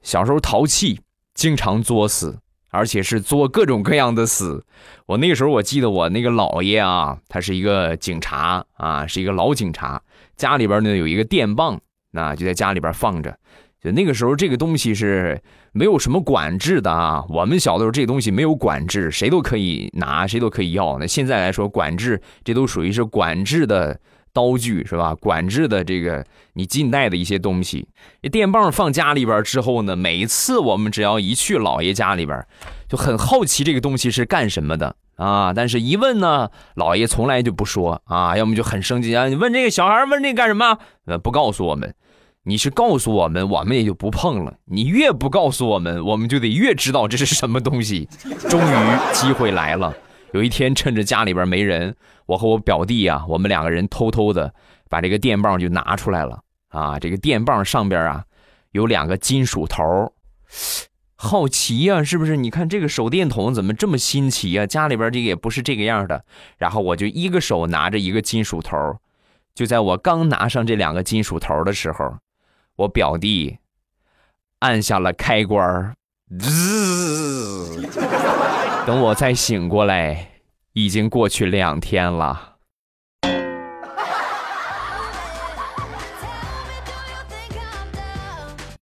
小时候淘气，经常作死，而且是作各种各样的死。我那个时候我记得我那个姥爷啊，他是一个警察啊，是一个老警察，家里边呢有一个电棒，那就在家里边放着。就那个时候这个东西是没有什么管制的啊，我们小的时候这个东西没有管制，谁都可以拿，谁都可以要。那现在来说管制，这都属于是管制的刀具是吧？管制的这个你禁带的一些东西。这电棒放家里边之后呢，每一次我们只要一去姥爷家里边，就很好奇这个东西是干什么的啊。但是一问呢，姥爷从来就不说啊，要么就很生气啊，你问这个小孩问这个干什么？不告诉我们。你是告诉我们，我们也就不碰了。你越不告诉我们，我们就得越知道这是什么东西。终于机会来了，有一天趁着家里边没人，我和我表弟啊，我们两个人偷偷的把这个电棒就拿出来了啊。这个电棒上边啊有2个金属头，好奇呀，是不是？你看这个手电筒怎么这么新奇啊？家里边这个也不是这个样的。然后我就一个手拿着一个金属头，就在我刚拿上这2个金属头的时候，我表弟按下了开关，等我再醒过来，已经过去2天了。